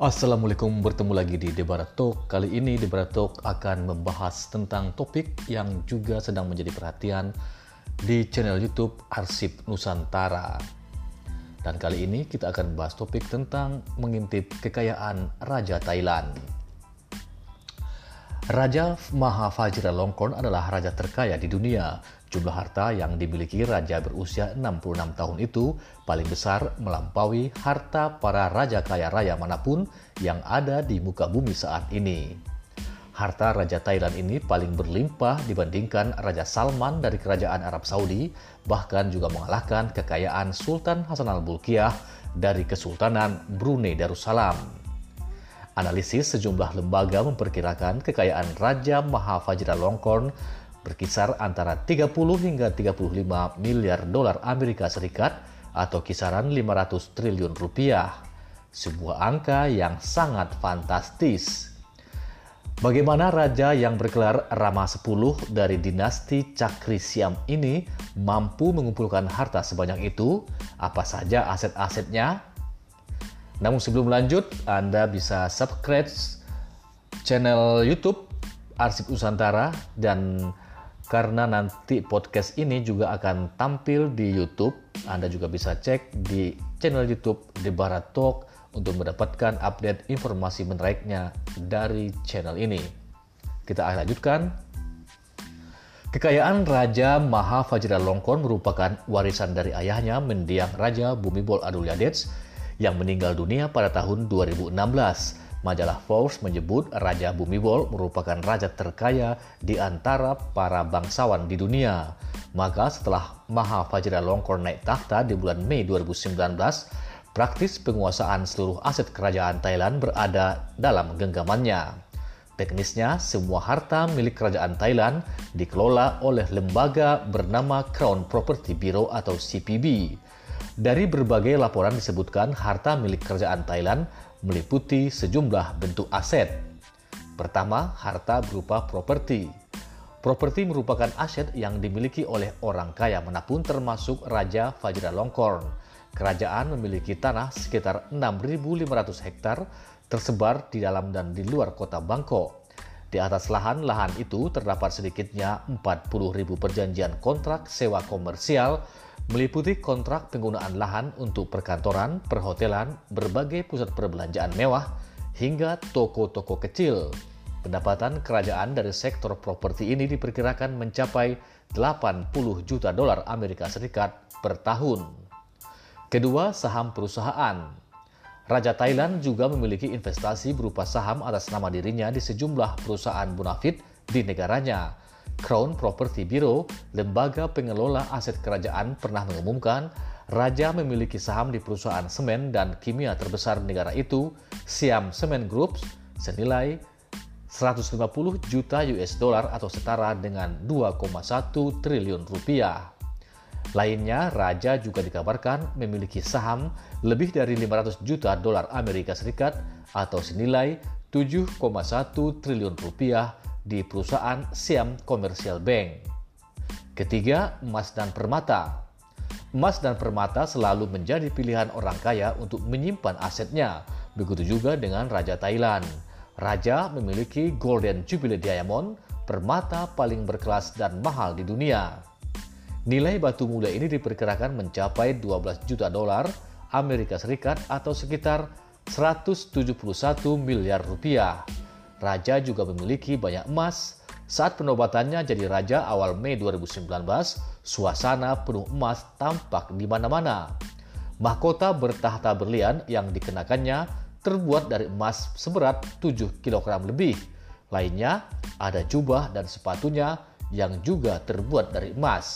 Assalamualaikum, bertemu lagi di Debarat Talk. Kali ini Debarat Talk akan membahas tentang topik yang juga sedang menjadi perhatian di channel YouTube Arsip Nusantara. Dan kali ini kita akan membahas topik tentang mengintip kekayaan Raja Thailand. Raja Maha Vajiralongkorn adalah raja terkaya di dunia. Jumlah harta yang dimiliki raja berusia 66 tahun itu paling besar melampaui harta para raja kaya raya manapun yang ada di muka bumi saat ini. Harta Raja Thailand ini paling berlimpah dibandingkan Raja Salman dari Kerajaan Arab Saudi, bahkan juga mengalahkan kekayaan Sultan Hasan al-Bolkiah dari Kesultanan Brunei Darussalam. Analisis sejumlah lembaga memperkirakan kekayaan Raja Maha Vajiralongkorn berkisar antara 30 hingga 35 miliar dolar Amerika Serikat atau kisaran 500 triliun rupiah. Sebuah angka yang sangat fantastis. Bagaimana raja yang bergelar Rama 10 dari dinasti Chakri Siam ini mampu mengumpulkan harta sebanyak itu? Apa saja aset-asetnya? Namun sebelum lanjut, Anda bisa subscribe channel YouTube Arsip Nusantara, dan karena nanti podcast ini juga akan tampil di YouTube, Anda juga bisa cek di channel YouTube Debarat Talk untuk mendapatkan update informasi menariknya dari channel ini. Kita akan lanjutkan. Kekayaan Raja Maha Vajiralongkorn merupakan warisan dari ayahnya, mendiang Raja Bhumibol Adulyadej yang meninggal dunia pada tahun 2016. Majalah Forbes menyebut Raja Bhumibol merupakan raja terkaya di antara para bangsawan di dunia. Maka setelah Maha Vajiralongkorn naik takhta di bulan Mei 2019, praktis penguasaan seluruh aset kerajaan Thailand berada dalam genggamannya. Teknisnya, semua harta milik kerajaan Thailand dikelola oleh lembaga bernama Crown Property Bureau atau CPB. Dari berbagai laporan disebutkan harta milik kerajaan Thailand meliputi sejumlah bentuk aset. Pertama, harta berupa properti. Properti merupakan aset yang dimiliki oleh orang kaya manapun termasuk Raja Vajiralongkorn. Kerajaan memiliki tanah sekitar 6.500 hektar tersebar di dalam dan di luar kota Bangkok. Di atas lahan itu terdapat sedikitnya 40.000 perjanjian kontrak sewa komersial, meliputi kontrak penggunaan lahan untuk perkantoran, perhotelan, berbagai pusat perbelanjaan mewah, hingga toko-toko kecil. Pendapatan kerajaan dari sektor properti ini diperkirakan mencapai 80 juta dolar Amerika Serikat per tahun. Kedua, saham perusahaan. Raja Thailand juga memiliki investasi berupa saham atas nama dirinya di sejumlah perusahaan bonafit di negaranya. Crown Property Bureau, lembaga pengelola aset kerajaan, pernah mengumumkan raja memiliki saham di perusahaan semen dan kimia terbesar negara itu, Siam Cement Group, senilai 150 juta US dollar atau setara dengan 2,1 triliun rupiah. Lainnya, raja juga dikabarkan memiliki saham lebih dari 500 juta dolar Amerika Serikat atau senilai 7,1 triliun rupiah di perusahaan Siam Commercial Bank. Ketiga, emas dan permata. Emas dan permata selalu menjadi pilihan orang kaya untuk menyimpan asetnya. Begitu juga dengan Raja Thailand. Raja memiliki Golden Jubilee Diamond, permata paling berkelas dan mahal di dunia. Nilai batu mulia ini diperkirakan mencapai 12 juta dolar Amerika Serikat atau sekitar 171 miliar rupiah. Raja juga memiliki banyak emas. Saat penobatannya jadi raja awal Mei 2019, suasana penuh emas tampak di mana-mana. Mahkota bertahta berlian yang dikenakannya terbuat dari emas seberat 7 kg lebih. Lainnya, ada jubah dan sepatunya yang juga terbuat dari emas.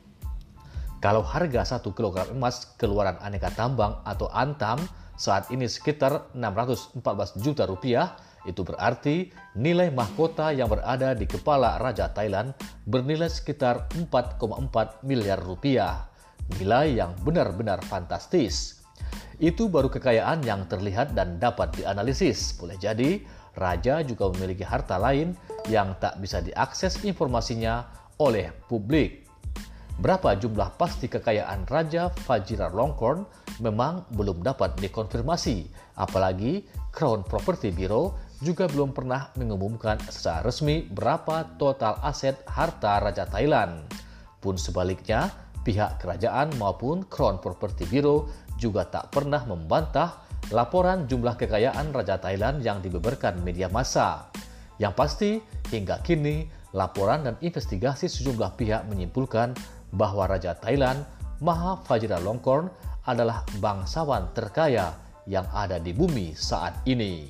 Kalau harga 1 kg emas keluaran aneka tambang atau antam saat ini sekitar 614 juta rupiah, itu berarti nilai mahkota yang berada di kepala Raja Thailand bernilai sekitar 4,4 miliar rupiah. Nilai yang benar-benar fantastis. Itu baru kekayaan yang terlihat dan dapat dianalisis. Boleh jadi, Raja juga memiliki harta lain yang tak bisa diakses informasinya oleh publik. Berapa jumlah pasti kekayaan Raja Vajiralongkorn memang belum dapat dikonfirmasi, apalagi Crown Property Bureau juga belum pernah mengumumkan secara resmi berapa total aset harta Raja Thailand. Pun sebaliknya, pihak kerajaan maupun Crown Property Bureau juga tak pernah membantah laporan jumlah kekayaan Raja Thailand yang dibeberkan media massa. Yang pasti, hingga kini, laporan dan investigasi sejumlah pihak menyimpulkan bahwa Raja Thailand Maha Vajiralongkorn adalah bangsawan terkaya yang ada di bumi saat ini.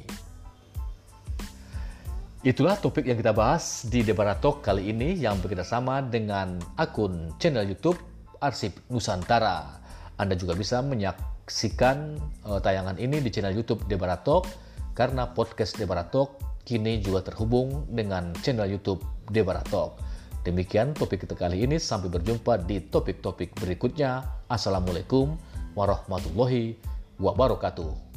Itulah topik yang kita bahas di Debaratalk kali ini yang bekerjasama dengan akun channel YouTube Arsip Nusantara. Anda juga bisa menyaksikan tayangan ini di channel YouTube Debaratalk karena podcast Debaratalk kini juga terhubung dengan channel YouTube Debaratalk. Demikian topik kita kali ini, sampai berjumpa di topik-topik berikutnya. Assalamualaikum warahmatullahi wabarakatuh.